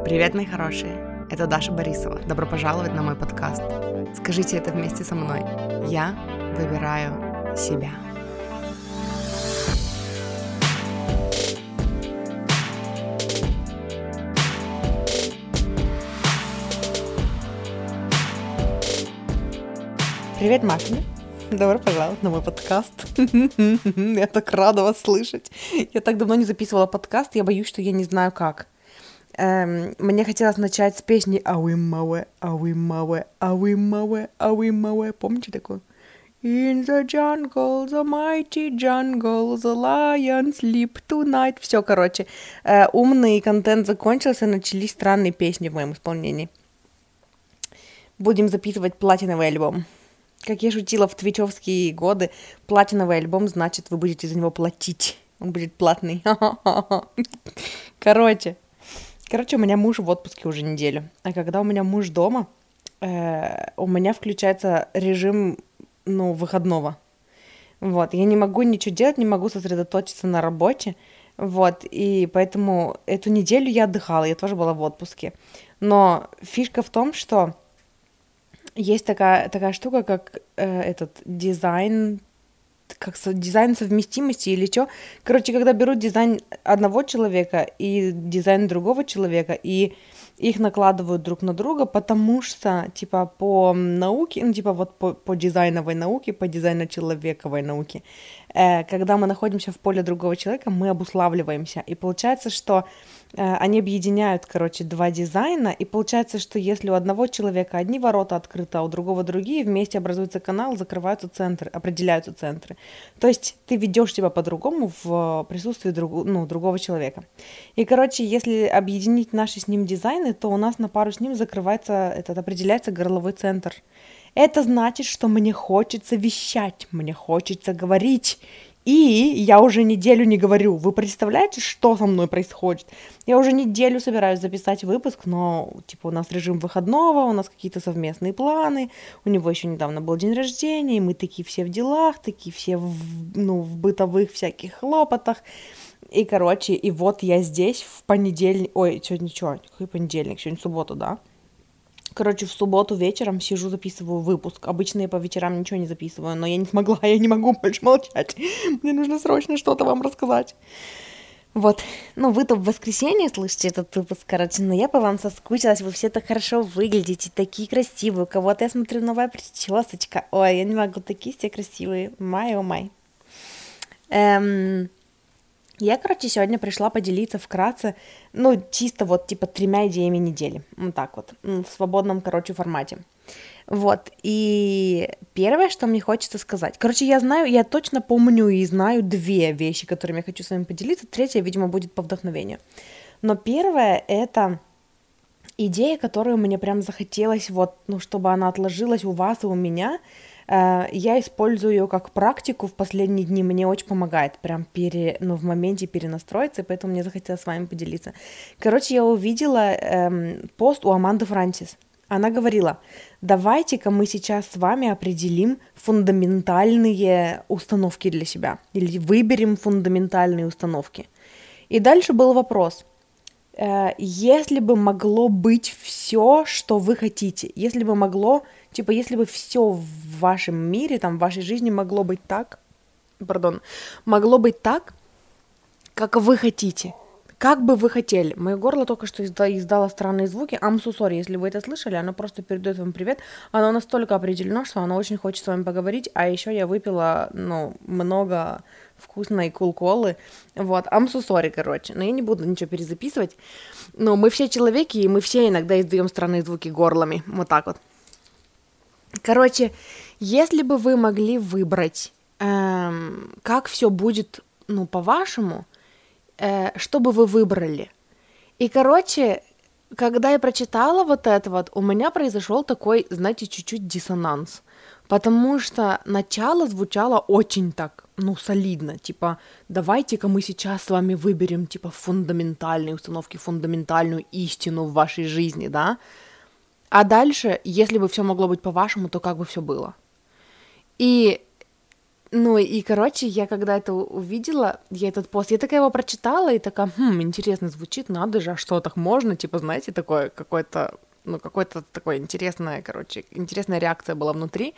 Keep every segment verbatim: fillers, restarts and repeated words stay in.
Привет, мои хорошие! Это Даша Борисова. Добро пожаловать на мой подкаст. Скажите это вместе со мной. Я выбираю себя. Привет, Маффины! Добро пожаловать на мой подкаст. Я так рада вас слышать. Я так давно не записывала подкаст, я боюсь, что я не знаю как. Эм, мне хотелось начать с песни «Ауи Мауэ, Ауи Мауэ, Ауи Мауэ, Ауи Мауэ». Помните такую? In the jungle, the mighty jungle, the lion sleep tonight. Все, короче, э, умный контент закончился, начались странные песни в моем исполнении. Будем записывать платиновый альбом. Как я шутила в твичевские годы, платиновый альбом значит, вы будете за него платить. Он будет платный. Короче, короче, у меня муж в отпуске уже неделю. А когда у меня муж дома, э, у меня включается режим, ну, выходного. Вот, я не могу ничего делать, не могу сосредоточиться на работе. Вот, и поэтому эту неделю я отдыхала, я тоже была в отпуске. Но фишка в том, что есть такая, такая штука, как э, этот дизайн, как со, дизайн совместимости или что. Короче, когда берут дизайн одного человека и дизайн другого человека, и их накладывают друг на друга, потому что, типа, по науке, ну, типа, вот по, по дизайновой науке, по дизайно-человековой науке, э, когда мы находимся в поле другого человека, мы обуславливаемся. И получается, что э, они объединяют, короче, два дизайна, и получается, что если у одного человека одни ворота открыты, а у другого другие, вместе образуется канал, закрываются центры, определяются центры. То есть ты ведешь себя по-другому в присутствии друг, ну, другого человека. И, короче, если объединить наши с ним дизайны, то у нас на пару с ним закрывается, этот, определяется горловой центр. Это значит, что мне хочется вещать, мне хочется говорить. И я уже неделю не говорю. Вы представляете, что со мной происходит? Я уже неделю собираюсь записать выпуск, но, типа, у нас режим выходного, у нас какие-то совместные планы, у него еще недавно был день рождения, и мы такие все в делах, такие все в, ну, в бытовых всяких хлопотах. И, короче, и вот я здесь в понедельник... Ой, сегодня что? Какой понедельник? Сегодня суббота, да? Короче, в субботу вечером сижу, записываю выпуск. Обычно я по вечерам ничего не записываю, но я не смогла, я не могу больше молчать. Мне нужно срочно что-то вам рассказать. Вот. Ну, вы-то в воскресенье слышите этот выпуск, короче, но я по вам соскучилась. Вы все так хорошо выглядите, такие красивые. У кого-то, я смотрю, новая причесочка. Ой, я не могу, такие все красивые. Май, о май. Эм... Я, короче, сегодня пришла поделиться вкратце, ну, чисто вот, типа, тремя идеями недели, вот так вот, в свободном, короче, формате. Вот, и первое, что мне хочется сказать, короче, я знаю, я точно помню и знаю две вещи, которыми я хочу с вами поделиться, третья, видимо, будет по вдохновению. Но первое — это идея, которую мне прям захотелось, вот, ну, чтобы она отложилась у вас и у меня. Я использую ее как практику в последние дни, мне очень помогает прям пере, ну, в моменте перенастроиться, и поэтому мне захотелось с вами поделиться. Короче, я увидела эм, пост у Аманды Франсис. Она говорила: давайте-ка мы сейчас с вами определим фундаментальные установки для себя, или выберем фундаментальные установки. И дальше был вопрос: э, если бы могло быть все, что вы хотите, если бы могло, типа, если бы все в вашем мире, там, в вашей жизни могло быть так, пардон, могло быть так, как вы хотите, как бы вы хотели. Мое горло только что издало странные звуки. I'm so sorry, если вы это слышали, оно просто передает вам привет. Оно настолько определено, что оно очень хочет с вами поговорить, а еще я выпила, ну, много вкусной кул-колы. Вот, I'm so sorry, короче. Но я не буду ничего перезаписывать. Но мы все человеки, и мы все иногда издаем странные звуки горлами. Вот так вот. Короче, если бы вы могли выбрать, эм, как все будет, ну, по-вашему, э, что бы вы выбрали? И, короче, когда я прочитала вот это вот, у меня произошел такой, знаете, чуть-чуть диссонанс, потому что начало звучало очень так, ну, солидно, типа, давайте-ка мы сейчас с вами выберем, типа, фундаментальные установки, фундаментальную истину в вашей жизни, да? А дальше, если бы все могло быть по-вашему, то как бы все было? И Ну и, короче, я когда это у- увидела, я этот пост, я такая его прочитала и такая, хм, интересно звучит, надо же, а что, так можно? Типа, знаете, такое, какое-то, ну, какое-то такое интересное, короче, интересная реакция была внутри.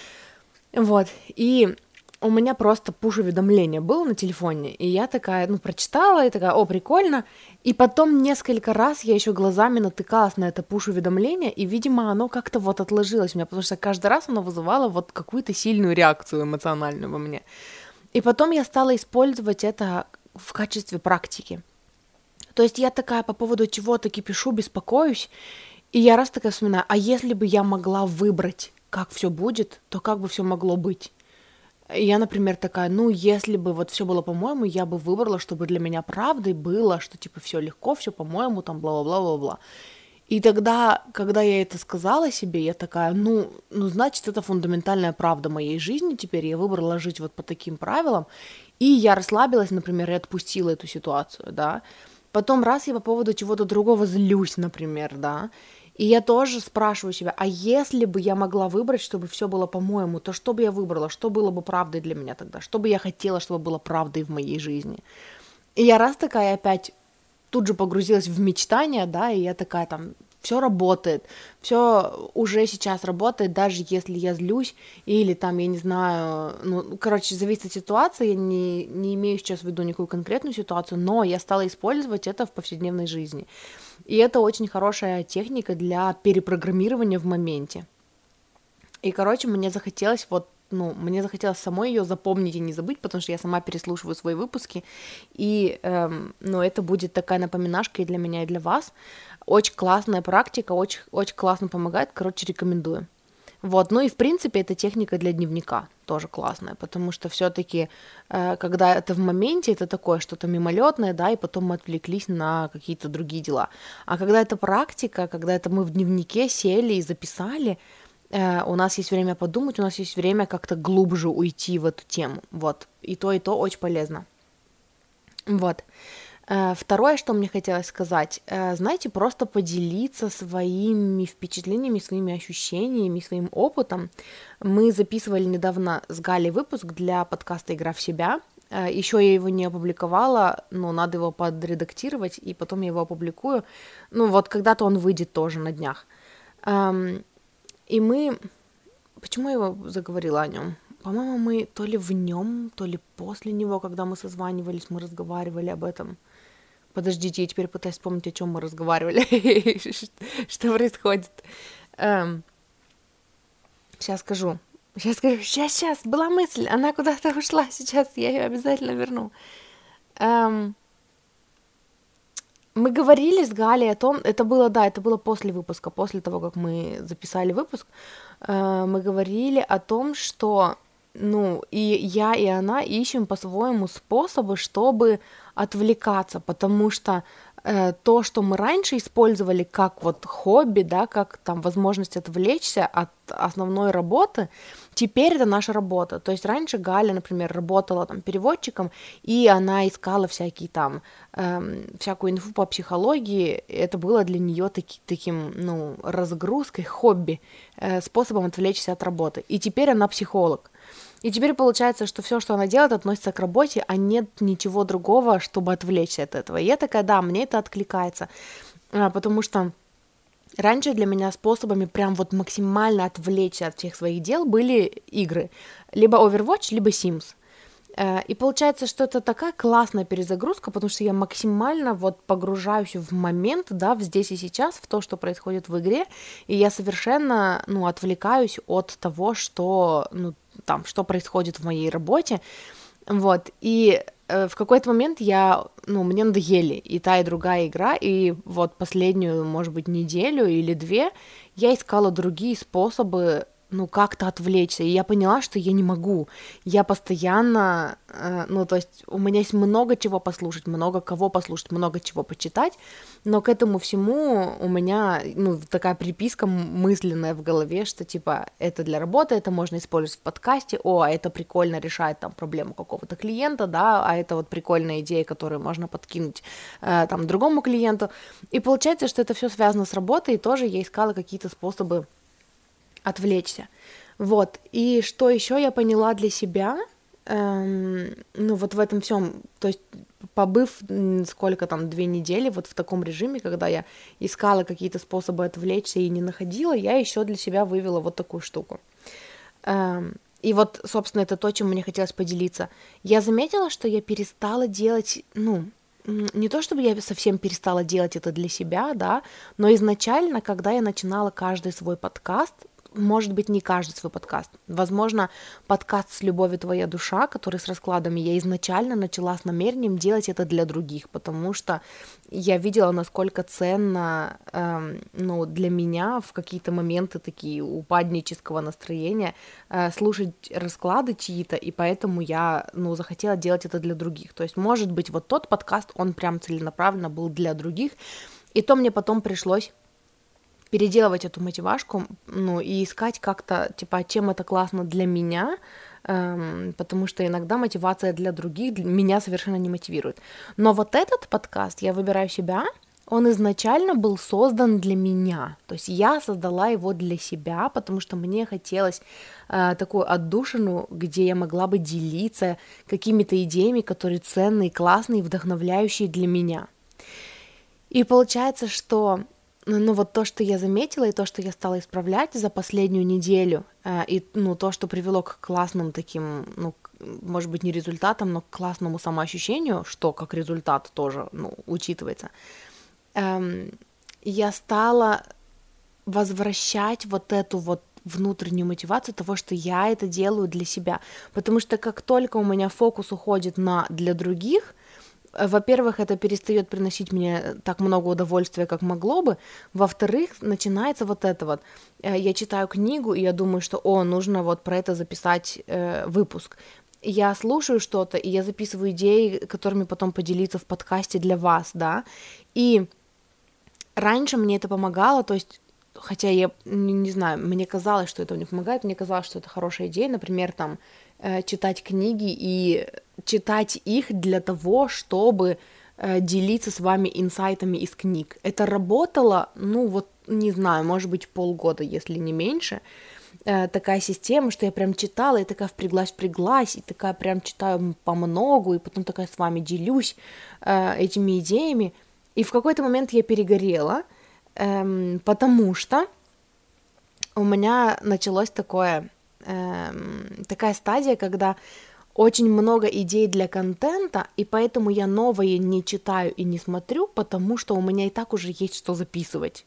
Вот, и у меня просто пуш-уведомление было на телефоне, и я такая, ну, прочитала, и такая, о, прикольно, и потом несколько раз я еще глазами натыкалась на это пуш-уведомление, и, видимо, оно как-то вот отложилось у меня, потому что каждый раз оно вызывало вот какую-то сильную реакцию эмоциональную во мне. И потом я стала использовать это в качестве практики. То есть я такая по поводу чего-то кипишу, беспокоюсь, и я раз такая вспоминаю, а если бы я могла выбрать, как все будет, то как бы все могло быть? И я, например, такая, ну, если бы вот все было по-моему, я бы выбрала, чтобы для меня правдой было, что типа все легко, все по-моему, там бла-бла-бла-бла-бла. И тогда, когда я это сказала себе, я такая, ну, ну, значит, это фундаментальная правда моей жизни теперь, я выбрала жить вот по таким правилам, и я расслабилась, например, и отпустила эту ситуацию, да. Потом раз я по поводу чего-то другого злюсь, например, да, и я тоже спрашиваю себя, а если бы я могла выбрать, чтобы все было по-моему, то что бы я выбрала, что было бы правдой для меня тогда, что бы я хотела, чтобы было правдой в моей жизни. И я раз такая опять тут же погрузилась в мечтания, да, и я такая там, все работает, все уже сейчас работает, даже если я злюсь, или там, я не знаю, ну, короче, зависит от ситуации, я не, не имею сейчас в виду никакую конкретную ситуацию, но я стала использовать это в повседневной жизни. И это очень хорошая техника для перепрограммирования в моменте. И, короче, мне захотелось вот, ну, мне захотелось самой ее запомнить и не забыть, потому что я сама переслушиваю свои выпуски, и, эм, ну, это будет такая напоминашка и для меня, и для вас. Очень классная практика, очень, очень классно помогает, короче, рекомендую. Вот, ну и в принципе эта техника для дневника тоже классная, потому что все-таки, э, когда это в моменте, это такое что-то мимолетное, да, и потом мы отвлеклись на какие-то другие дела. А когда это практика, когда это мы в дневнике сели и записали, э, у нас есть время подумать, у нас есть время как-то глубже уйти в эту тему, вот, и то, и то очень полезно. Вот. Э, Второе, что мне хотелось сказать, э, знаете, просто поделиться своими впечатлениями, своими ощущениями, своим опытом. Мы записывали недавно с Галей выпуск для подкаста «Игра в себя». Э, Еще я его не опубликовала, но надо его подредактировать, и потом я его опубликую. Ну вот когда-то он выйдет тоже на днях. Эм, И мы... Почему я его заговорила о нем? По-моему, мы то ли в нем, то ли после него, когда мы созванивались, мы разговаривали об этом. Подождите, я теперь пытаюсь вспомнить, о чем мы разговаривали. Что происходит? Сейчас скажу. Сейчас скажу. Сейчас, сейчас. Была мысль. Она куда-то ушла. Сейчас я ее обязательно верну. Эм, Мы говорили с Галей о том, это было, да, это было после выпуска, после того, как мы записали выпуск, э, мы говорили о том, что, ну, и я, и она ищем по-своему способы, чтобы отвлекаться, потому что э, то, что мы раньше использовали как вот хобби, да, как там возможность отвлечься от основной работы, теперь это наша работа. То есть раньше Галя, например, работала там переводчиком, и она искала всякие там, эм, всякую инфу по психологии. Это было для нее таки, таким, ну, разгрузкой, хобби, э, способом отвлечься от работы. И теперь она психолог. И теперь получается, что все, что она делает, относится к работе, а нет ничего другого, чтобы отвлечься от этого. И я такая, да, мне это откликается, а, потому что раньше для меня способами прям вот максимально отвлечься от всех своих дел были игры. Либо Overwatch, либо Sims. Э, И получается, что это такая классная перезагрузка, потому что я максимально вот погружаюсь в момент, да, в здесь и сейчас, в то, что происходит в игре, и я совершенно, ну, отвлекаюсь от того, что, ну, там, что происходит в моей работе, вот, и э, в какой-то момент я, ну, мне надоели и та, и другая игра, и вот последнюю, может быть, неделю или две я искала другие способы, ну, как-то отвлечься, и я поняла, что я не могу, я постоянно, э, ну, то есть у меня есть много чего послушать, много кого послушать, много чего почитать, но к этому всему у меня, ну, такая приписка мысленная в голове, что, типа, это для работы, это можно использовать в подкасте, о, а это прикольно решает там проблему какого-то клиента, да, а это вот прикольная идея, которую можно подкинуть э, там другому клиенту, и получается, что это все связано с работой, и тоже я искала какие-то способы отвлечься. Вот. И что еще я поняла для себя, эм, ну, вот в этом всем, то есть побыв сколько там, две недели вот в таком режиме, когда я искала какие-то способы отвлечься и не находила, я еще для себя вывела вот такую штуку. Эм, и вот, собственно, это то, чем мне хотелось поделиться. Я заметила, что я перестала делать, ну, не то чтобы я совсем перестала делать это для себя, да, но изначально, когда я начинала каждый свой подкаст, может быть, не каждый свой подкаст. Возможно, подкаст с «Любовью твоя душа», который с раскладами, я изначально начала с намерением делать это для других, потому что я видела, насколько ценно, эм, ну, для меня в какие-то моменты такие упаднического настроения э, слушать расклады чьи-то, и поэтому я, ну, захотела делать это для других. То есть, может быть, вот тот подкаст, он прям целенаправленно был для других, и то мне потом пришлось переделывать эту мотивашку, ну, и искать как-то, типа, чем это классно для меня, эм, потому что иногда мотивация для других для меня совершенно не мотивирует. Но вот этот подкаст «Я выбираю себя», он изначально был создан для меня, то есть я создала его для себя, потому что мне хотелось э, такую отдушину, где я могла бы делиться какими-то идеями, которые ценные, классные, вдохновляющие для меня. И получается, что ну вот то, что я заметила, и то, что я стала исправлять за последнюю неделю, э, и ну то, что привело к классным таким, ну, может быть, не результатам, но к классному самоощущению, что как результат тоже, ну, учитывается, эм, я стала возвращать вот эту вот внутреннюю мотивацию того, что я это делаю для себя, потому что как только у меня фокус уходит на для других, во-первых, это перестает приносить мне так много удовольствия, как могло бы. Во-вторых, начинается вот это вот. Я читаю книгу, и я думаю, что, о, нужно вот про это записать э, выпуск. Я слушаю что-то, и я записываю идеи, которыми потом поделиться в подкасте для вас, да. И раньше мне это помогало, то есть, хотя я не, не знаю, мне казалось, что это мне помогает, мне казалось, что это хорошая идея, например, там, э, читать книги и читать их для того, чтобы э, делиться с вами инсайтами из книг. Это работало, ну вот, не знаю, может быть, полгода, если не меньше. Э, такая система, что я прям читала, и такая впряглась-впряглась, и такая прям читаю по многу, и потом такая с вами делюсь э, этими идеями. И в какой-то момент я перегорела, э, потому что у меня началось такое, э, такая стадия, когда очень много идей для контента, и поэтому я новые не читаю и не смотрю, потому что у меня и так уже есть что записывать.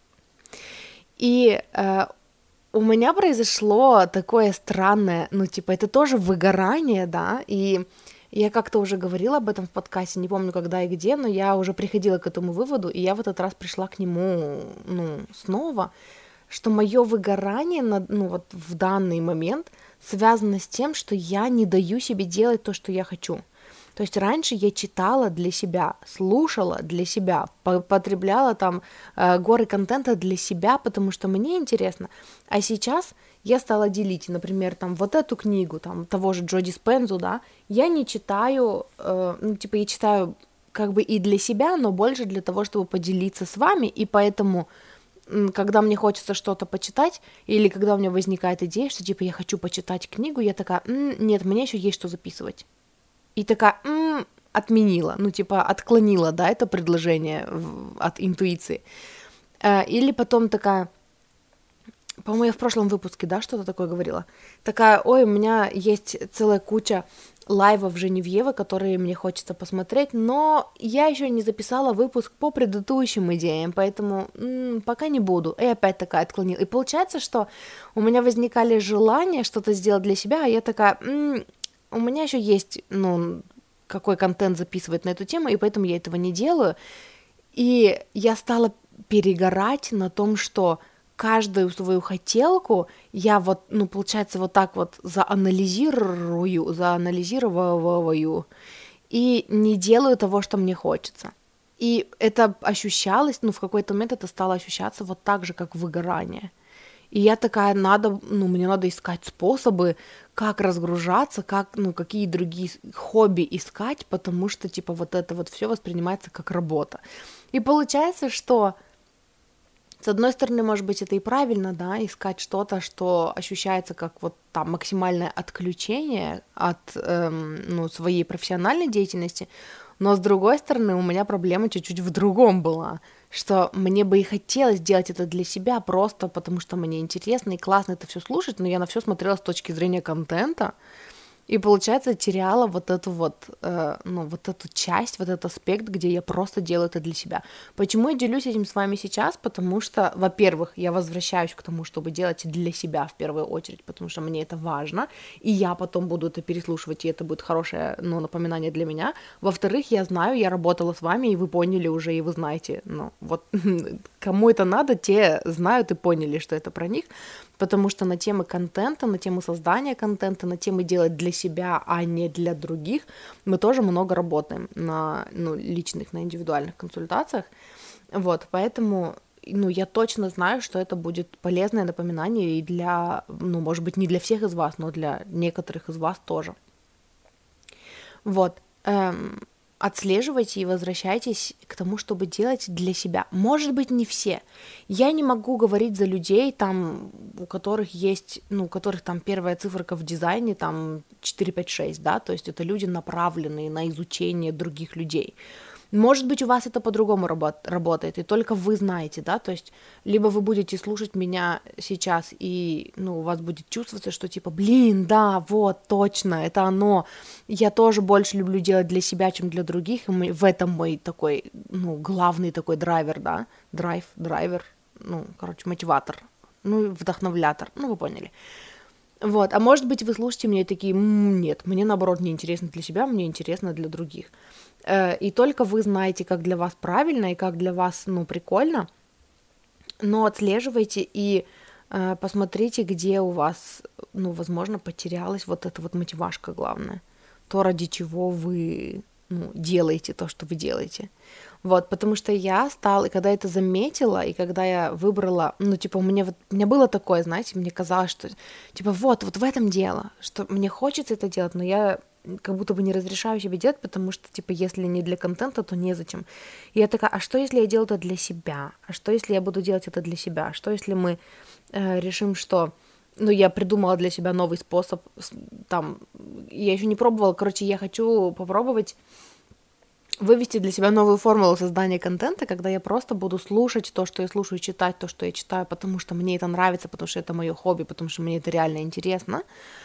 И э, у меня произошло такое странное, ну, типа, это тоже выгорание, да, и я как-то уже говорила об этом в подкасте, не помню, когда и где, но я уже приходила к этому выводу, и я в этот раз пришла к нему, ну, снова, что мое выгорание, ну, вот в данный момент связано с тем, что я не даю себе делать то, что я хочу. То есть раньше я читала для себя, слушала для себя, потребляла там э, горы контента для себя, потому что мне интересно. А сейчас я стала делить, например, там вот эту книгу, там того же Джо Диспензу, да, я не читаю, э, ну, типа я читаю как бы и для себя, но больше для того, чтобы поделиться с вами, и поэтому когда мне хочется что-то почитать, или когда у меня возникает идея, что, типа, я хочу почитать книгу, я такая, м-м, нет, мне еще есть что записывать. И такая, м-м, отменила, ну, типа, отклонила, да, это предложение в, от интуиции. Э, или потом такая, по-моему, я в прошлом выпуске, да, что-то такое говорила, такая, ой, у меня есть целая куча лайвов Женевьевы, которые мне хочется посмотреть, но я еще не записала выпуск по предыдущим идеям, поэтому м, пока не буду. И опять такая отклонила. И получается, что у меня возникали желания что-то сделать для себя, а я такая, м, у меня еще есть, ну, какой контент записывать на эту тему, и поэтому я этого не делаю. И я стала перегорать на том, что каждую свою хотелку я вот, ну, получается, вот так вот заанализирую, заанализирую и не делаю того, что мне хочется. И это ощущалось, ну, в какой-то момент это стало ощущаться вот так же, как выгорание. И я такая, надо, ну, мне надо искать способы, как разгружаться, как, ну, какие другие хобби искать, потому что, типа, вот это вот все воспринимается как работа. И получается, что С одной стороны, может быть, это и правильно, да, искать что-то, что ощущается как вот там максимальное отключение от эм, ну, своей профессиональной деятельности, но с другой стороны, у меня проблема чуть-чуть в другом была, что мне бы и хотелось делать это для себя просто потому, что мне интересно и классно это все слушать, но я на все смотрела с точки зрения контента, и, получается, теряла вот эту вот, э, ну, вот эту часть, вот этот аспект, где я просто делаю это для себя. Почему я делюсь этим с вами сейчас? Потому что, во-первых, я возвращаюсь к тому, чтобы делать для себя в первую очередь, потому что мне это важно, и я потом буду это переслушивать, и это будет хорошее, ну, напоминание для меня. Во-вторых, я знаю, я работала с вами, и вы поняли уже, и вы знаете, ну, вот кому это надо, те знают и поняли, что это про них, потому что на темы контента, на темы создания контента, на темы делать для себя, а не для других, мы тоже много работаем на, ну, личных, на индивидуальных консультациях, вот, поэтому, ну, я точно знаю, что это будет полезное напоминание и для, ну, может быть, не для всех из вас, но для некоторых из вас тоже. Вот, эм, отслеживайте и возвращайтесь к тому, чтобы делать для себя. Может быть, не все. Я не могу говорить за людей, там, у которых есть, ну, у которых там первая циферка в дизайне, там, четыре, пять, шесть, да, то есть это люди, направленные на изучение других людей. Может быть, у вас это по-другому работ- работает, и только вы знаете, да, то есть либо вы будете слушать меня сейчас, и, ну, у вас будет чувствоваться, что типа, блин, да, вот, точно, это оно, я тоже больше люблю делать для себя, чем для других, и мы- в этом мой такой, ну, главный такой драйвер, да, драйв, драйвер, ну, короче, мотиватор, ну, вдохновлятор, ну, вы поняли. Вот, а может быть, вы слушаете меня и такие, «М, нет, мне наоборот не интересно для себя, мне интересно для других. Э, И только вы знаете, как для вас правильно и как для вас, ну, прикольно, но отслеживайте и э, посмотрите, где у вас, ну, возможно, потерялась вот эта вот мотивашка главная, то, ради чего вы, ну, делаете то, что вы делаете. Вот, потому что я стала, и когда это заметила, и когда я выбрала, ну, типа, у меня вот, у меня было такое, знаете, мне казалось, что, типа, вот, вот в этом дело, что мне хочется это делать, но я как будто бы не разрешаю себе делать, потому что, типа, если не для контента, то незачем. И я такая, а что, если я делаю это для себя? А что, если я буду делать это для себя? Что, если мы э, решим, что... Ну, я придумала для себя новый способ, с- там, я еще не пробовала, короче, я хочу попробовать вывести для себя новую формулу создания контента, когда я просто буду слушать то, что я слушаю, читать то, что я читаю, потому что мне это нравится, потому что это мое хобби, потому что мне это реально интересно.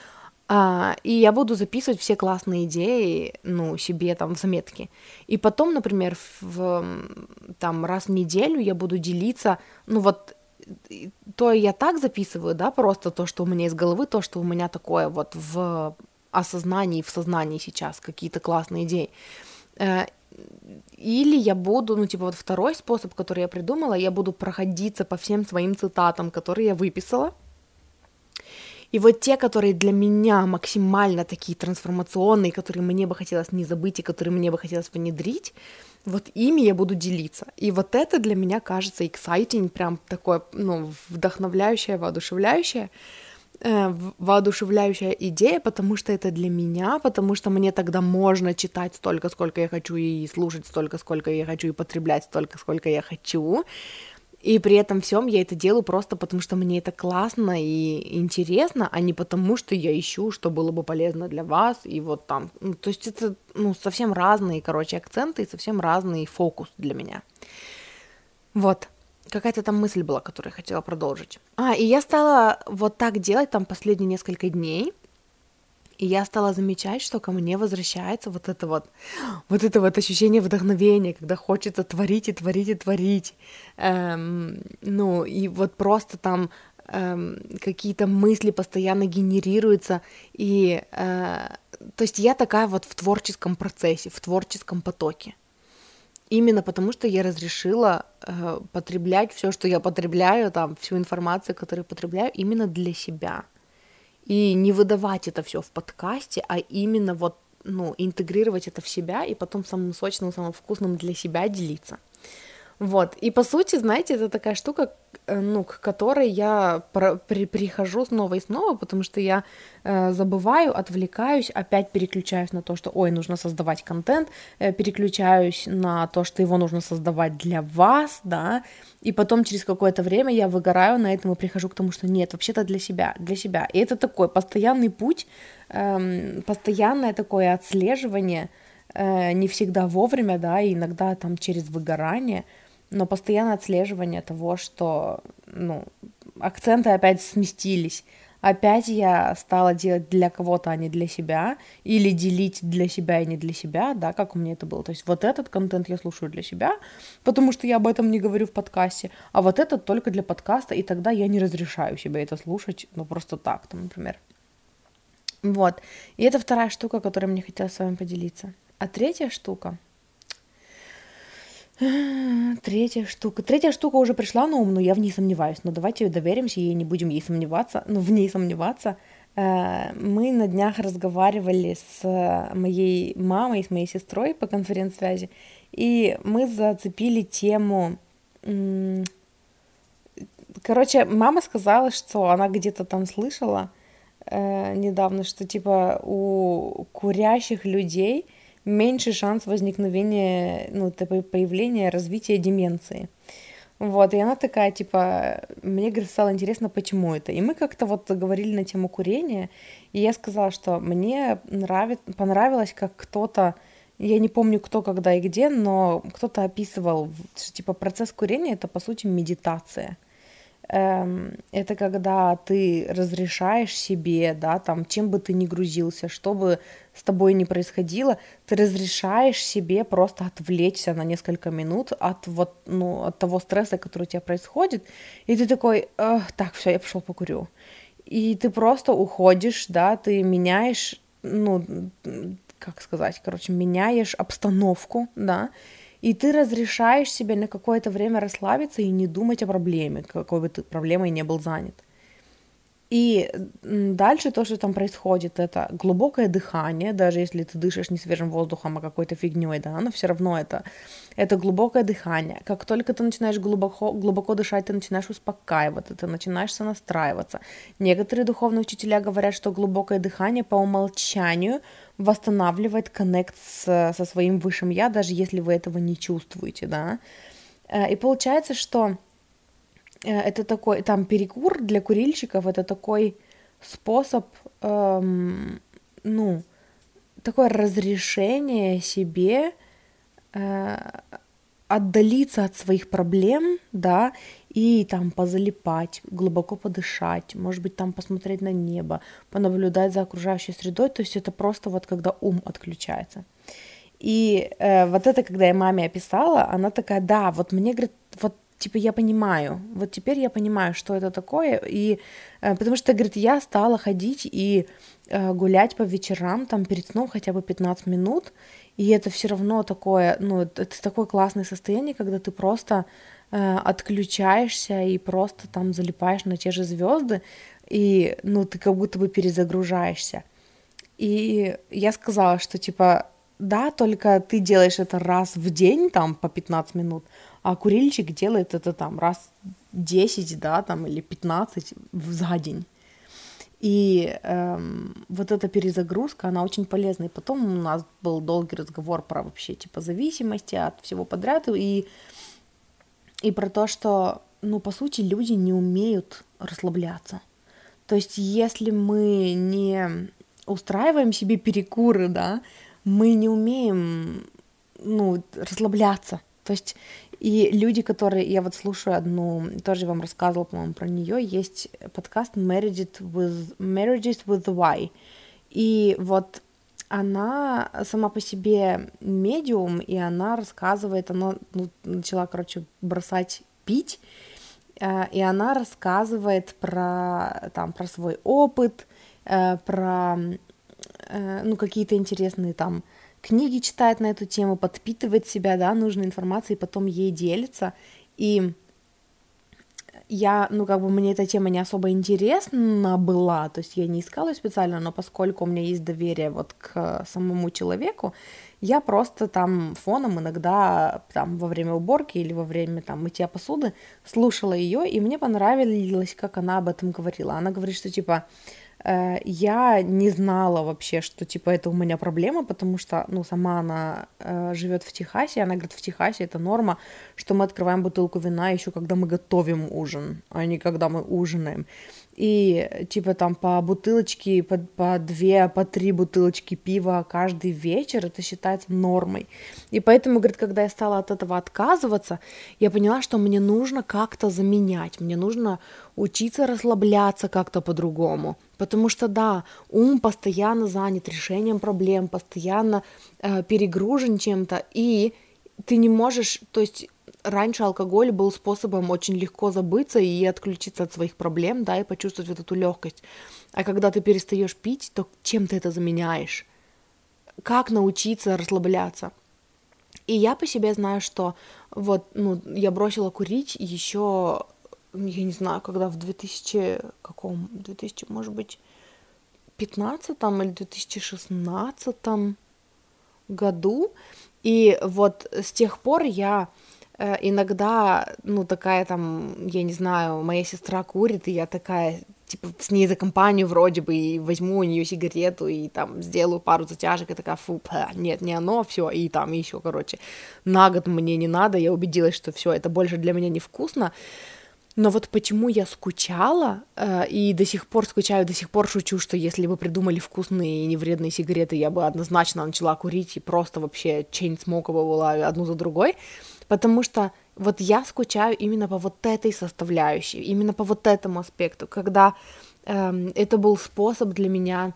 А, и я буду записывать все классные идеи, ну, себе там в заметки. И потом, например, в, м, там раз в неделю я буду делиться, ну вот, и- то я так записываю, да, просто то, что у меня из головы, то, что у меня такое вот в осознании, в сознании сейчас, какие-то классные идеи. Э, Или я буду, ну, типа, вот второй способ, который я придумала, я буду проходиться по всем своим цитатам, которые я выписала. И вот те, которые для меня максимально такие трансформационные, которые мне бы хотелось не забыть и которые мне бы хотелось внедрить, вот ими я буду делиться. И вот это для меня кажется exciting, прям такое, ну, вдохновляющее, воодушевляющее, э, в- воодушевляющая идея, потому что это для меня, потому что мне тогда можно читать столько, сколько я хочу, и слушать столько, сколько я хочу, и потреблять столько, сколько я хочу. И при этом всем я это делаю просто потому, что мне это классно и интересно, а не потому, что я ищу, что было бы полезно для вас, и вот там. Ну, то есть это, ну, совсем разные, короче, акценты и совсем разный фокус для меня. Вот. Какая-то там мысль была, которую я хотела продолжить. А, и я стала вот так делать там последние несколько дней, и я стала замечать, что ко мне возвращается вот это вот, вот это вот ощущение вдохновения, когда хочется творить и творить и творить. Эм, ну, и вот просто там эм, какие-то мысли постоянно генерируются. И, э, то есть я такая вот в творческом процессе, в творческом потоке. Именно потому, что я разрешила э, потреблять все, что я потребляю, там, всю информацию, которую потребляю, именно для себя. И не выдавать это все в подкасте, а именно вот, ну, интегрировать это в себя и потом самым сочным, самым вкусным для себя делиться. Вот, и по сути, знаете, это такая штука, э, ну, к которой я про- при- прихожу снова и снова, потому что я э, забываю, отвлекаюсь, опять переключаюсь на то, что, ой, нужно создавать контент, э, переключаюсь на то, что его нужно создавать для вас, да, и потом через какое-то время я выгораю на этом и прихожу к тому, что нет, вообще-то для себя, для себя. И это такой постоянный путь, эм, постоянное такое отслеживание, э, не всегда вовремя, да, и иногда там через выгорание, но постоянное отслеживание того, что, ну, акценты опять сместились, опять я стала делать для кого-то, а не для себя, или делить для себя и не для себя, да, как у меня это было. То есть вот этот контент я слушаю для себя, потому что я об этом не говорю в подкасте, а вот этот только для подкаста, и тогда я не разрешаю себе это слушать, ну, просто так, там, например. Вот. И это вторая штука, которой мне хотелось с вами поделиться. А третья штука — Третья штука. Третья штука уже пришла на ум, но я в ней сомневаюсь. Но давайте доверимся ей, не будем ей сомневаться, ну, в ней сомневаться. Э, Мы на днях разговаривали с э, моей мамой, с моей сестрой по конференц-связи, и мы зацепили тему... м, Короче, мама сказала, что она где-то там слышала э, недавно, что типа у курящих людей меньше шанс возникновения, ну, типа появления, развития деменции. Вот, и она такая, типа, мне, говорит, стало интересно, почему это. И мы как-то вот заговорили на тему курения, и я сказала, что мне нравит, понравилось, как кто-то, я не помню, кто, когда и где, но кто-то описывал, что, типа, процесс курения — это, по сути, медитация. Эм, это когда ты разрешаешь себе, да, там, чем бы ты ни грузился, что бы с тобой ни происходило, ты разрешаешь себе просто отвлечься на несколько минут от вот, ну, от того стресса, который у тебя происходит, и ты такой, «Эх, так, все, я пошел покурю». И ты просто уходишь, да, ты меняешь, ну, как сказать, короче, меняешь обстановку, да, и ты разрешаешь себе на какое-то время расслабиться и не думать о проблеме, какой бы ты проблемой не был занят. И дальше то, что там происходит, это глубокое дыхание, даже если ты дышишь не свежим воздухом, а какой-то фигней, да, но все равно это, это глубокое дыхание. Как только ты начинаешь глубоко, глубоко дышать, ты начинаешь успокаиваться, ты начинаешь сонастраиваться. Некоторые духовные учителя говорят, что глубокое дыхание по умолчанию восстанавливает коннект с, со своим высшим я, даже если вы этого не чувствуете, да. И получается, что это такой, там, перекур для курильщиков — это такой способ, эм, ну, такое разрешение себе э, отдалиться от своих проблем, да, и там позалипать, глубоко подышать, может быть, там посмотреть на небо, понаблюдать за окружающей средой, то есть это просто вот когда ум отключается. И э, вот это, когда я маме описала, она такая, да, вот мне, говорит, вот типа, я понимаю, вот теперь я понимаю, что это такое, и э, потому что, говорит, я стала ходить и э, гулять по вечерам, там, перед сном хотя бы пятнадцать минут, и это все равно такое, ну, это такое классное состояние, когда ты просто э, отключаешься и просто там залипаешь на те же звезды, и, ну, ты как будто бы перезагружаешься. И я сказала, что, типа, да, только ты делаешь это раз в день, там, по пятнадцать минут, а курильщик делает это там раз десять, да, там, или пятнадцать за день. И эм, вот эта перезагрузка, она очень полезна. И потом у нас был долгий разговор про вообще, типа, зависимости от всего подряд, и, и про то, что, ну, по сути, люди не умеют расслабляться. То есть, если мы не устраиваем себе перекуры, да, мы не умеем, ну, расслабляться. То есть, и люди, которые, я вот слушаю одну, тоже вам рассказывала, по-моему, про нее, есть подкаст Married with, Marriages with Why. И вот она сама по себе медиум, и она рассказывает, она ну, начала, короче, бросать пить, и она рассказывает про, там, про свой опыт, про ну, какие-то интересные там книги читает на эту тему, подпитывает себя, да, нужной информацией, потом ей делится. И, я, ну, как бы мне эта тема не особо интересна была, то есть я не искала её специально, но поскольку у меня есть доверие вот к самому человеку, я просто там фоном иногда там во время уборки или во время там мытья посуды слушала её, и мне понравилось, как она об этом говорила. Она говорит, что типа э, я не знала вообще, что типа это у меня проблема, потому что, ну, сама она э, живет в Техасе, она говорит, в Техасе это норма, что мы открываем бутылку вина еще когда мы готовим ужин, а не когда мы ужинаем. И типа там по бутылочке, по, по две, по три бутылочки пива каждый вечер, это считается нормой. И поэтому, говорит, когда я стала от этого отказываться, я поняла, что мне нужно как-то заменять, мне нужно учиться расслабляться как-то по-другому. Потому что, да, ум постоянно занят решением проблем, постоянно э, перегружен чем-то, и ты не можешь, то есть раньше алкоголь был способом очень легко забыться и отключиться от своих проблем, да, и почувствовать вот эту легкость. А когда ты перестаешь пить, то чем ты это заменяешь? Как научиться расслабляться? И я по себе знаю, что вот, ну, я бросила курить еще, я не знаю, когда в две тысячи каком, две тысячи, может быть, пятнадцатом или две тысячи шестнадцатом году, и вот с тех пор я иногда, ну, такая там, я не знаю, моя сестра курит, и я такая, типа, с ней за компанию вроде бы, и возьму у нее сигарету, и там сделаю пару затяжек, и такая, фу, па, нет, не оно, все, и там еще, короче, на год мне не надо, я убедилась, что все, это больше для меня невкусно. Но вот почему я скучала, э, и до сих пор скучаю, до сих пор шучу, что если бы придумали вкусные и невредные сигареты, я бы однозначно начала курить и просто вообще чейнсмоковала одну за другой, потому что вот я скучаю именно по вот этой составляющей, именно по вот этому аспекту, когда э, это был способ для меня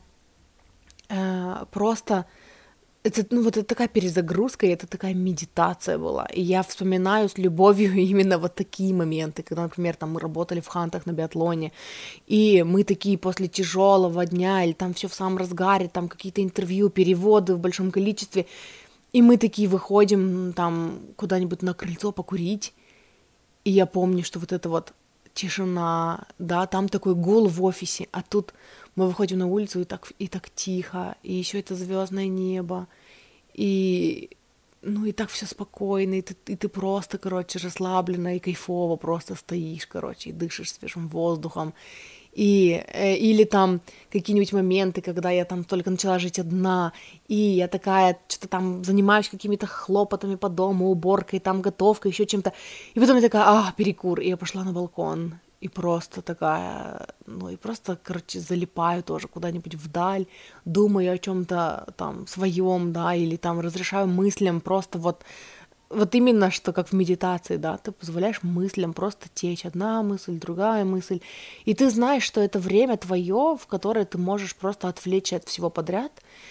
э, просто... Это, ну, вот это такая перезагрузка, и это такая медитация была. И я вспоминаю с любовью именно вот такие моменты, когда, например, там мы работали в Хантах на биатлоне, и мы такие после тяжелого дня, или там все в самом разгаре, там какие-то интервью, переводы в большом количестве, и мы такие выходим там куда-нибудь на крыльцо покурить, и я помню, что вот это вот тишина, да, там такой гул в офисе, а тут мы выходим на улицу, и так, и так тихо, и еще это звездное небо, и, ну, и так все спокойно, и ты, и ты просто, короче, расслабленно и кайфово просто стоишь, короче, и дышишь свежим воздухом, и, э, или там какие-нибудь моменты, когда я там только начала жить одна, и я такая, что-то там занимаюсь какими-то хлопотами по дому, уборкой, там, готовкой, еще чем-то, и потом я такая, а, перекур, и я пошла на балкон, и просто такая, ну, и просто, короче, залипаю тоже куда-нибудь вдаль, думаю о чем-то там своем, да, или там разрешаю мыслям просто вот, вот именно что как в медитации, да, ты позволяешь мыслям просто течь, одна мысль, другая мысль, и ты знаешь, что это время твое, в которое ты можешь просто отвлечься от всего подряд,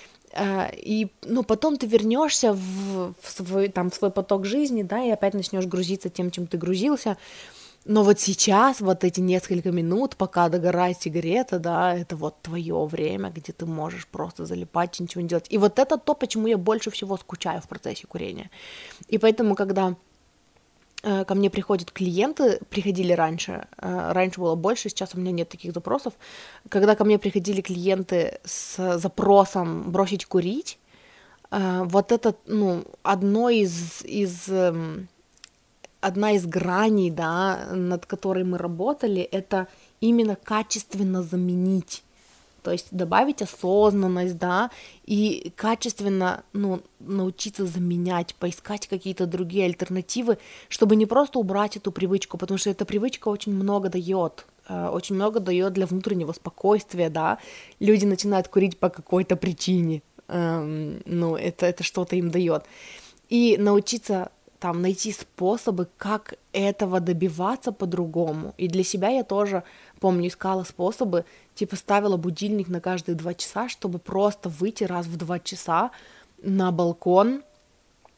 и, ну, потом ты вернешься в, в свой, там, в свой поток жизни, да, и опять начнешь грузиться тем, чем ты грузился. Но вот сейчас, вот эти несколько минут, пока догорает сигарета, да, это вот твое время, где ты можешь просто залипать и ничего не делать. И вот это то, почему я больше всего скучаю в процессе курения. И поэтому, когда э, ко мне приходят клиенты, приходили раньше, э, раньше было больше, сейчас у меня нет таких запросов, когда ко мне приходили клиенты с запросом бросить курить, э, вот это, ну, одно из... из э, Одна из граней, да, над которой мы работали, это именно качественно заменить, то есть добавить осознанность, да, и качественно, ну, научиться заменять, поискать какие-то другие альтернативы, чтобы не просто убрать эту привычку, потому что эта привычка очень много дает, очень много дает для внутреннего спокойствия, да, люди начинают курить по какой-то причине, эм, ну, это, это что-то им дает, и научиться там найти способы, как этого добиваться по-другому. И для себя я тоже, помню, искала способы, типа ставила будильник на каждые два часа, чтобы просто выйти раз в два часа на балкон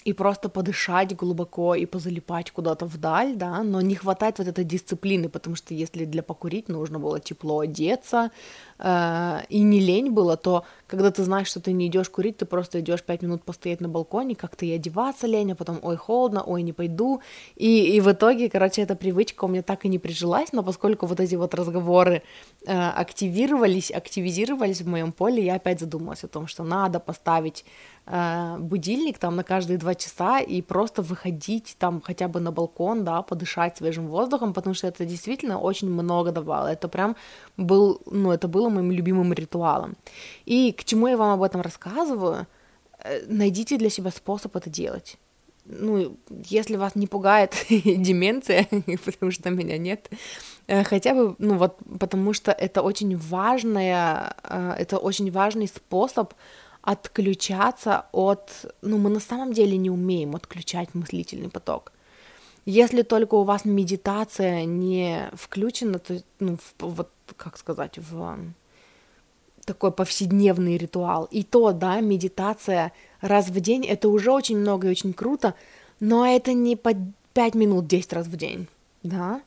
и просто подышать глубоко и позалипать куда-то вдаль, да, но не хватает вот этой дисциплины, потому что если для покурить нужно было тепло одеться, э, и не лень было, то когда ты знаешь, что ты не идешь курить, ты просто идешь пять минут постоять на балконе, как-то и одеваться лень, а потом, ой, холодно, ой, не пойду, и, и в итоге, короче, эта привычка у меня так и не прижилась, но поскольку вот эти вот разговоры э, активировались, активизировались в моем поле, я опять задумалась о том, что надо поставить будильник там на каждые два часа и просто выходить там хотя бы на балкон, да, подышать свежим воздухом, потому что это действительно очень много давало. Это прям был, ну, это было моим любимым ритуалом. И к чему я вам об этом рассказываю? Найдите для себя способ это делать. Ну, если вас не пугает деменция, потому что меня нет, хотя бы, ну вот, потому что это очень важная, это очень важный способ отключаться от... Ну, мы на самом деле не умеем отключать мыслительный поток. Если только у вас медитация не включена, то, ну, в, вот, как сказать, в такой повседневный ритуал. И то, да, медитация раз в день, это уже очень много и очень круто, но это не по пять минут десять раз в день, да?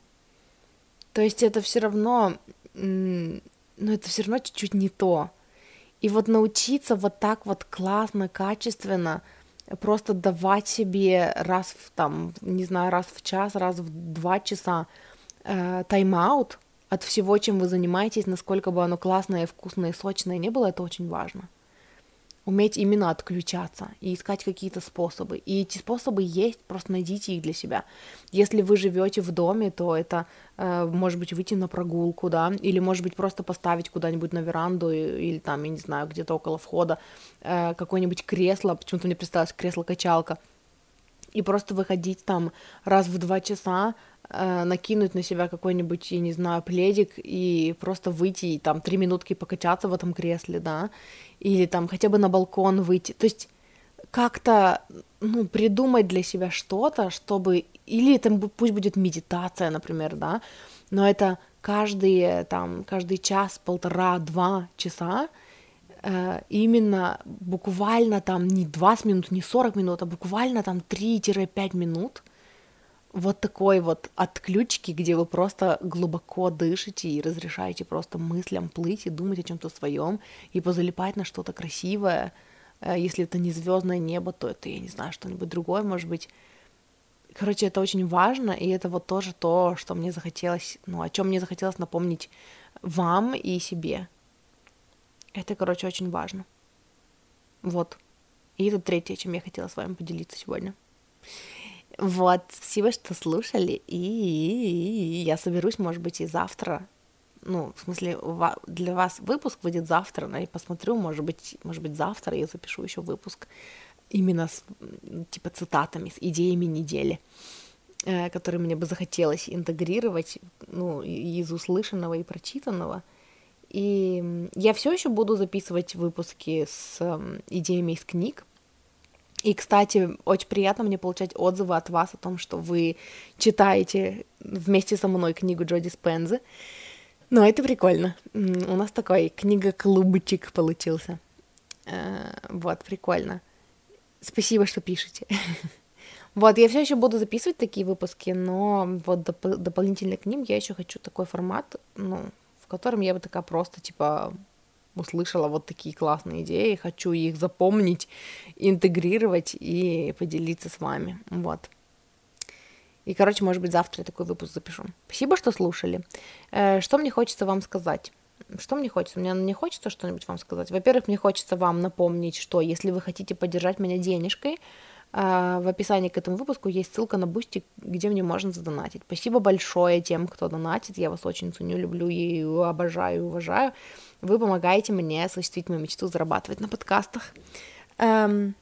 То есть это все равно... Ну, это все равно чуть-чуть не то. И вот научиться вот так вот классно, качественно просто давать себе раз в, там, не знаю, раз в час, раз в два часа э, тайм-аут от всего, чем вы занимаетесь, насколько бы оно классное, вкусное и сочное не было, это очень важно. Уметь именно отключаться и искать какие-то способы. И эти способы есть, просто найдите их для себя. Если вы живете в доме, то это э, может быть выйти на прогулку, да, или может быть просто поставить куда-нибудь на веранду или там, я не знаю, где-то около входа э, какое-нибудь кресло, почему-то мне представилось кресло-качалка, и просто выходить там раз в два часа, э, накинуть на себя какой-нибудь, я не знаю, пледик и просто выйти и там три минутки покачаться в этом кресле, да, или там хотя бы на балкон выйти, то есть как-то, ну, придумать для себя что-то, чтобы, или это пусть будет медитация, например, да, но это каждые, там, каждый час, полтора, два часа э, именно буквально там не двадцать минут, не сорок минут, а буквально там три-пять минут вот такой вот отключки, где вы просто глубоко дышите и разрешаете просто мыслям плыть и думать о чем-то своем и позалипать на что-то красивое. Если это не звездное небо, то это, я не знаю, что-нибудь другое, может быть. Короче, это очень важно, и это вот тоже то, что мне захотелось, ну, о чем мне захотелось напомнить вам и себе. Это, короче, очень важно. Вот. И это третье, чем я хотела с вами поделиться сегодня. Вот, спасибо, что слушали, и я соберусь, может быть, и завтра, ну, в смысле, для вас выпуск выйдет завтра, но я посмотрю, может быть, может быть, завтра я запишу еще выпуск именно с, типа, цитатами, с идеями недели, которые мне бы захотелось интегрировать, ну, из услышанного и прочитанного. И я все еще буду записывать выпуски с идеями из книг. И, кстати, очень приятно мне получать отзывы от вас о том, что вы читаете вместе со мной книгу Джо Диспензы. Ну, это прикольно. У нас такой книга-клубчик получился. Вот, прикольно. Спасибо, что пишете. Вот, я все еще буду записывать такие выпуски, но вот доп- дополнительно к ним я еще хочу такой формат, ну, в котором я бы такая просто, типа... услышала вот такие классные идеи, хочу их запомнить, интегрировать и поделиться с вами, вот. И, короче, может быть, завтра я такой выпуск запишу. Спасибо, что слушали. Э, что мне хочется вам сказать? Что мне хочется? Мне не хочется что-нибудь вам сказать. Во-первых, мне хочется вам напомнить, что если вы хотите поддержать меня денежкой, в описании к этому выпуску есть ссылка на Бусти, где мне можно задонатить. Спасибо большое тем, кто донатит. Я вас очень ценю, люблю и обожаю, уважаю. Вы помогаете мне осуществить мою мечту зарабатывать на подкастах. Эм,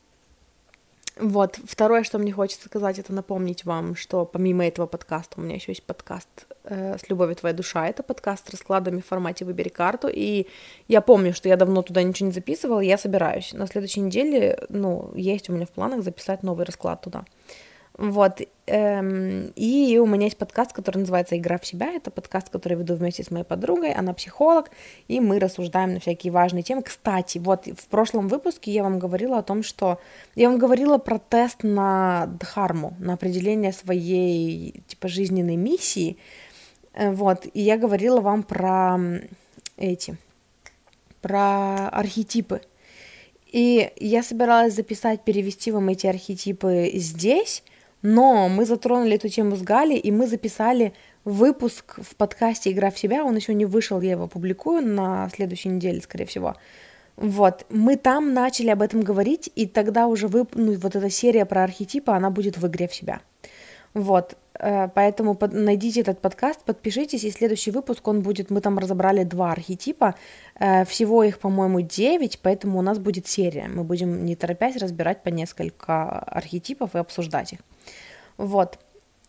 вот. Второе, что мне хочется сказать, это напомнить вам, что помимо этого подкаста у меня еще есть подкаст э, «С любовью твоя душа». Это подкаст с раскладами в формате «Выбери карту». И я помню, что я давно туда ничего не записывала, я собираюсь. На следующей неделе, ну, есть у меня в планах записать новый расклад туда. Вот, эм, и у меня есть подкаст, который называется «Игра в себя». Это подкаст, который я веду вместе с моей подругой, она психолог, и мы рассуждаем на всякие важные темы. Кстати, вот в прошлом выпуске я вам говорила о том, что... Я вам говорила про тест на дхарму, на определение своей, типа, жизненной миссии, э, вот, и я говорила вам про эти, про архетипы. И я собиралась записать, перевести вам эти архетипы здесь, но мы затронули эту тему с Галей, и мы записали выпуск в подкасте «Игра в себя», он еще не вышел, я его публикую на следующей неделе, скорее всего. Вот, мы там начали об этом говорить, и тогда уже вы, ну, вот эта серия про архетипы, она будет в «Игре в себя». Вот, поэтому под, найдите этот подкаст, подпишитесь, и следующий выпуск, он будет, мы там разобрали два архетипа, всего их, по-моему, девять, поэтому у нас будет серия, мы будем, не торопясь, разбирать по несколько архетипов и обсуждать их. Вот,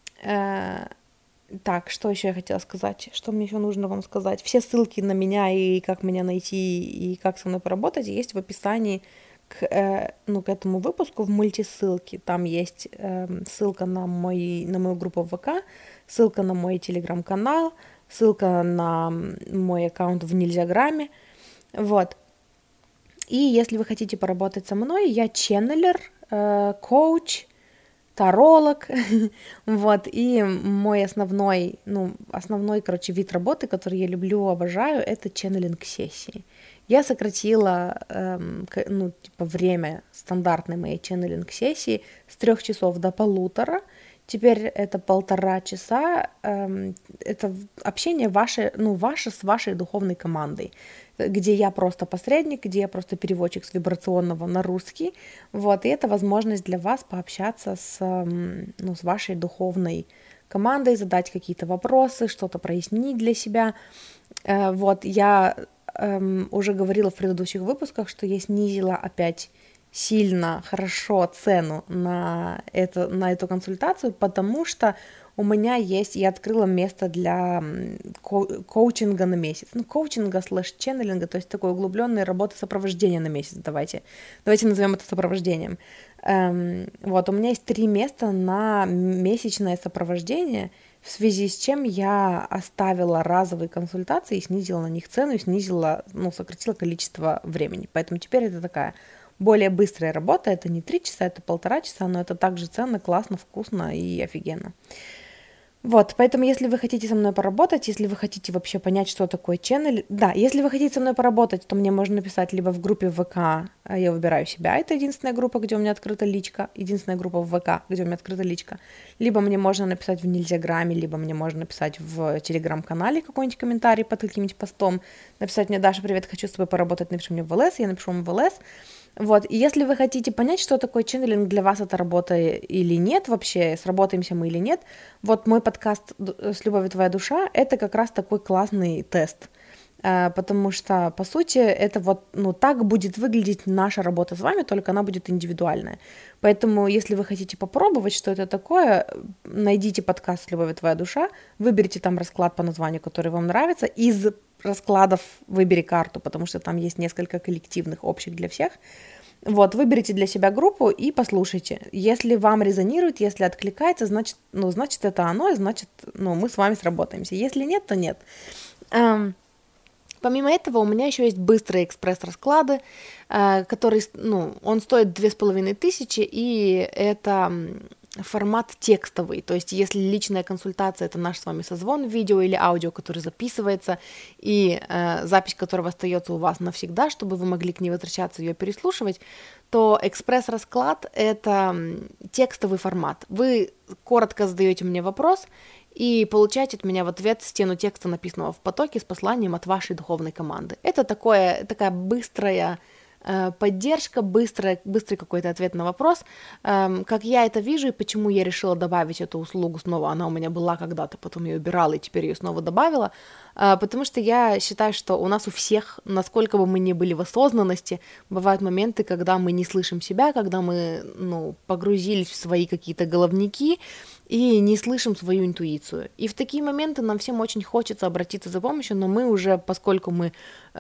так, что еще я хотела сказать, что мне еще нужно вам сказать, все ссылки на меня и как меня найти, и как со мной поработать, есть в описании к, э, ну, к этому выпуску в мультисылке. Там есть э, ссылка на, мой, на мою группу в ВК, ссылка на мой телеграм-канал, ссылка на мой аккаунт в Нельзяграме. Вот. И если вы хотите поработать со мной, я ченнелер, э, коуч, таролог, вот, и мой основной, ну, основной, короче, вид работы, который я люблю, обожаю, это ченнелинг-сессии. Я сократила, эм, ну, типа, время стандартной моей ченнелинг-сессии с трех часов до полутора. Теперь это полтора часа. Эм, это общение ваше, ну, ваше с вашей духовной командой, где я просто посредник, где я просто переводчик с вибрационного на русский. Вот, и это возможность для вас пообщаться с, ну, с вашей духовной командой, задать какие-то вопросы, что-то прояснить для себя. Э, вот, я... уже говорила в предыдущих выпусках, что я снизила опять сильно, хорошо цену на, это, на эту консультацию, потому что у меня есть, я открыла место для ко- коучинга на месяц, ну, коучинга слэш ченнелинга, то есть такой углубленной работы сопровождения на месяц, давайте, давайте назовем это сопровождением. Эм, вот, у меня есть три места на месячное сопровождение, в связи с чем я оставила разовые консультации и снизила на них цену, и снизила, ну, сократила количество времени. Поэтому теперь это такая более быстрая работа, это не три часа, это полтора часа, но это также ценно, классно, вкусно и офигенно. Вот, поэтому если вы хотите со мной поработать, если вы хотите вообще понять, что такое ченнел, да, если вы хотите со мной поработать, то мне можно написать либо в группе в ВК, я выбираю себя, это единственная группа, где у меня открыта личка, единственная группа в ВК, где у меня открыта личка, либо мне можно написать в Нельзяграме, либо мне можно написать в Телеграм-канале какой-нибудь комментарий под каким-нибудь постом, написать мне: Даша, привет, хочу с тобой поработать, напиши мне в ЛС, я напишу вам в ЛС. Вот, и если вы хотите понять, что такое ченнелинг, для вас это работа или нет вообще, сработаемся мы или нет, вот мой подкаст «С любовью твоя душа» — это как раз такой классный тест, потому что, по сути, это вот, ну, так будет выглядеть наша работа с вами, только она будет индивидуальная. Поэтому, если вы хотите попробовать, что это такое, найдите подкаст «С любовью твоя душа», выберите там расклад по названию, который вам нравится, из раскладов выбери карту, потому что там есть несколько коллективных, общих для всех. Вот, выберите для себя группу и послушайте. Если вам резонирует, если откликается, значит, ну, значит, это оно, и значит, ну, мы с вами сработаемся. Если нет, то нет. Эм, помимо этого, у меня еще есть быстрые экспресс-расклады, э, который, ну, он стоит две с половиной тысячи, и это формат текстовый, то есть если личная консультация — это наш с вами созвон, видео или аудио, который записывается, и э, запись которого остается у вас навсегда, чтобы вы могли к ней возвращаться, ее переслушивать, то экспресс-расклад — это текстовый формат. Вы коротко задаете мне вопрос и получаете от меня в ответ стену текста, написанного в потоке, с посланием от вашей духовной команды. Это такое, такая быстрая поддержка, быстрый, быстрый какой-то ответ на вопрос, эм, как я это вижу и почему я решила добавить эту услугу снова. Она у меня была когда-то, потом я убирала и теперь ее снова добавила, э, потому что я считаю, что у нас у всех, насколько бы мы ни были в осознанности, бывают моменты, когда мы не слышим себя, когда мы, ну, погрузились в свои какие-то головники и не слышим свою интуицию. И в такие моменты нам всем очень хочется обратиться за помощью, но мы уже, поскольку мы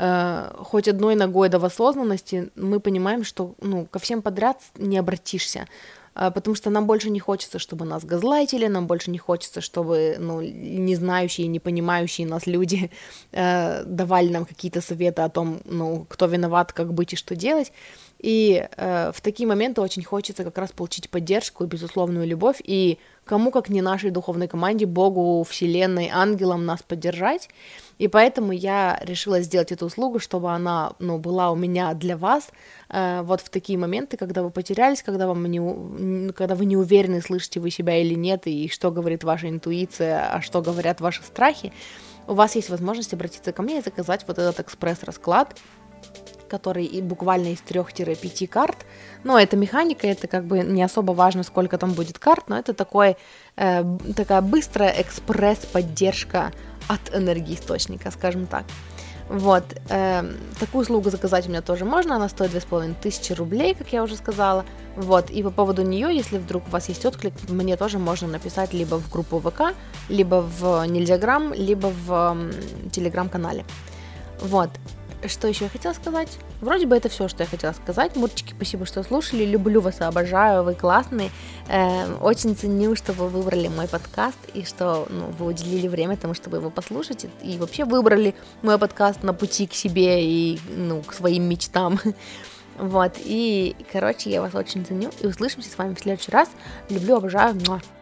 э, хоть одной ногой до в осознанности, мы понимаем, что, ну, ко всем подряд не обратишься. а, потому что нам больше не хочется, чтобы нас газлайтили, нам больше не хочется, чтобы, ну, не знающие, не понимающие нас люди э, давали нам какие-то советы о том, ну, кто виноват, как быть и что делать. И э, в такие моменты очень хочется как раз получить поддержку и безусловную любовь, и кому, как не нашей духовной команде, Богу, Вселенной, ангелам нас поддержать. И поэтому я решила сделать эту услугу, чтобы она, ну, была у меня для вас э, вот в такие моменты, когда вы потерялись, когда, вам не, когда вы не уверены, слышите вы себя или нет, и что говорит ваша интуиция, а что говорят ваши страхи. У вас есть возможность обратиться ко мне и заказать вот этот экспресс-расклад, который и буквально из трех-пяти карт. Но это механика, это как бы не особо важно, сколько там будет карт, но это такой, э, такая быстрая экспресс-поддержка от энергоисточника, скажем так. Вот, э, такую услугу заказать у меня тоже можно, она стоит две с половиной тысячи рублей, как я уже сказала. Вот, и по поводу нее, если вдруг у вас есть отклик, мне тоже можно написать либо в группу ВК, либо в Нельзяграм, либо в э, Телеграм-канале. Вот. Что еще я хотела сказать? Вроде бы это все, что я хотела сказать. Мурчики, спасибо, что слушали. Люблю вас и обожаю, вы классные. Э, очень ценю, что вы выбрали мой подкаст и что, ну, вы уделили время тому, чтобы его послушать. И вообще выбрали мой подкаст на пути к себе и, ну, к своим мечтам. Вот, и, короче, я вас очень ценю. И услышимся с вами в следующий раз. Люблю, обожаю.